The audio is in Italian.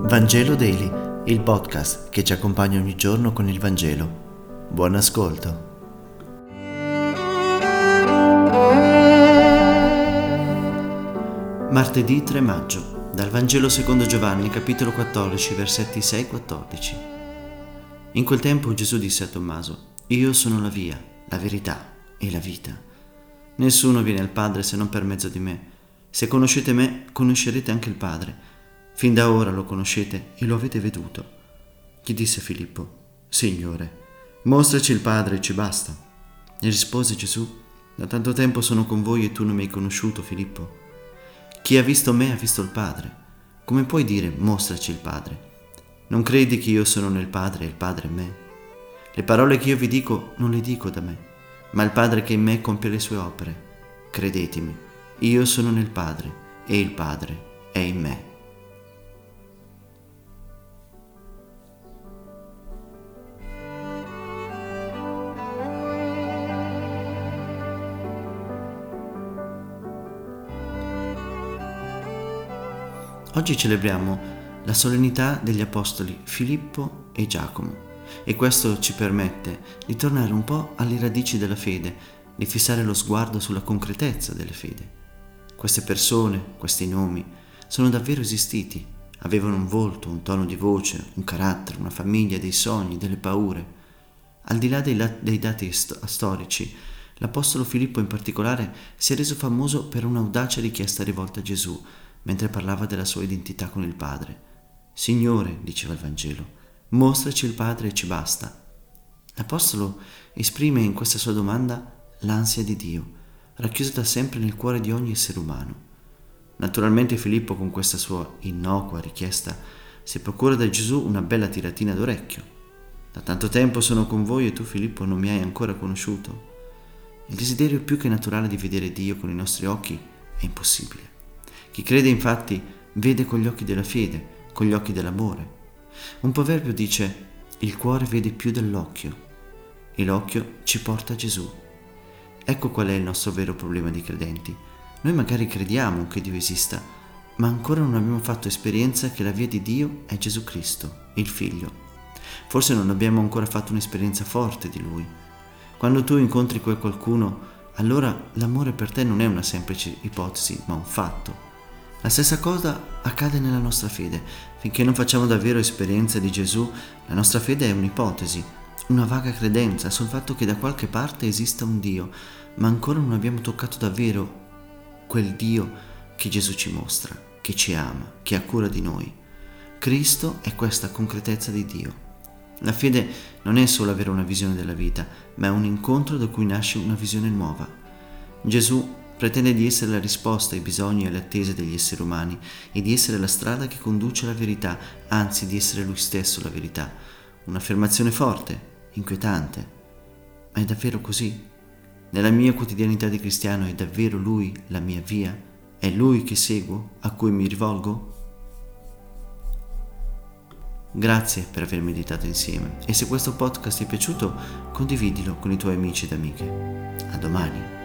Vangelo Daily, il podcast che ci accompagna ogni giorno con il Vangelo. Buon ascolto. Martedì 3 maggio, dal Vangelo secondo Giovanni, capitolo 14, versetti 6-14. In quel tempo Gesù disse a Tommaso: Io sono la via, la verità e la vita. Nessuno viene al Padre se non per mezzo di me. Se conoscete me, conoscerete anche il Padre. Fin da ora lo conoscete e lo avete veduto. Gli disse Filippo: Signore, mostraci il Padre e ci basta. E rispose Gesù: Da tanto tempo sono con voi e tu non mi hai conosciuto, Filippo. Chi ha visto me ha visto il Padre. Come puoi dire mostraci il Padre? Non credi che io sono nel Padre e il Padre in me? Le parole che io vi dico non le dico da me, ma il Padre che in me compie le sue opere. Credetemi, io sono nel Padre e il Padre è in me. Oggi celebriamo la solennità degli apostoli Filippo e Giacomo e questo ci permette di tornare un po' alle radici della fede, di fissare lo sguardo sulla concretezza della fede. Queste persone, questi nomi, sono davvero esistiti, avevano un volto, un tono di voce, un carattere, una famiglia, dei sogni, delle paure. Al di là dei dati storici, l'apostolo Filippo in particolare si è reso famoso per un'audace richiesta rivolta a Gesù, mentre parlava della sua identità con il Padre. Signore, diceva il Vangelo, mostraci il Padre e ci basta. L'Apostolo esprime in questa sua domanda l'ansia di Dio, racchiusa da sempre nel cuore di ogni essere umano. Naturalmente Filippo con questa sua innocua richiesta si procura da Gesù una bella tiratina d'orecchio. Da tanto tempo sono con voi e tu, Filippo, non mi hai ancora conosciuto. Il desiderio più che naturale di vedere Dio con i nostri occhi è impossibile. Chi crede infatti vede con gli occhi della fede, con gli occhi dell'amore. Un proverbio dice: il cuore vede più dell'occhio e l'occhio ci porta a Gesù. Ecco qual è il nostro vero problema di credenti. Noi magari crediamo che Dio esista, ma ancora non abbiamo fatto esperienza che la via di Dio è Gesù Cristo, il Figlio. Forse non abbiamo ancora fatto un'esperienza forte di Lui. Quando tu incontri quel qualcuno, allora l'amore per te non è una semplice ipotesi, ma un fatto. La stessa cosa accade nella nostra fede. Finché non facciamo davvero esperienza di Gesù, la nostra fede è un'ipotesi, una vaga credenza sul fatto che da qualche parte esista un Dio, ma ancora non abbiamo toccato davvero quel Dio che Gesù ci mostra, che ci ama, che ha cura di noi. Cristo è questa concretezza di Dio. La fede non è solo avere una visione della vita, ma è un incontro da cui nasce una visione nuova. Gesù pretende di essere la risposta ai bisogni e alle attese degli esseri umani e di essere la strada che conduce alla verità, anzi di essere Lui stesso la verità. Un'affermazione forte, inquietante. Ma è davvero così? Nella mia quotidianità di cristiano è davvero Lui la mia via? È Lui che seguo, a cui mi rivolgo? Grazie per aver meditato insieme e se questo podcast ti è piaciuto, condividilo con i tuoi amici ed amiche. A domani.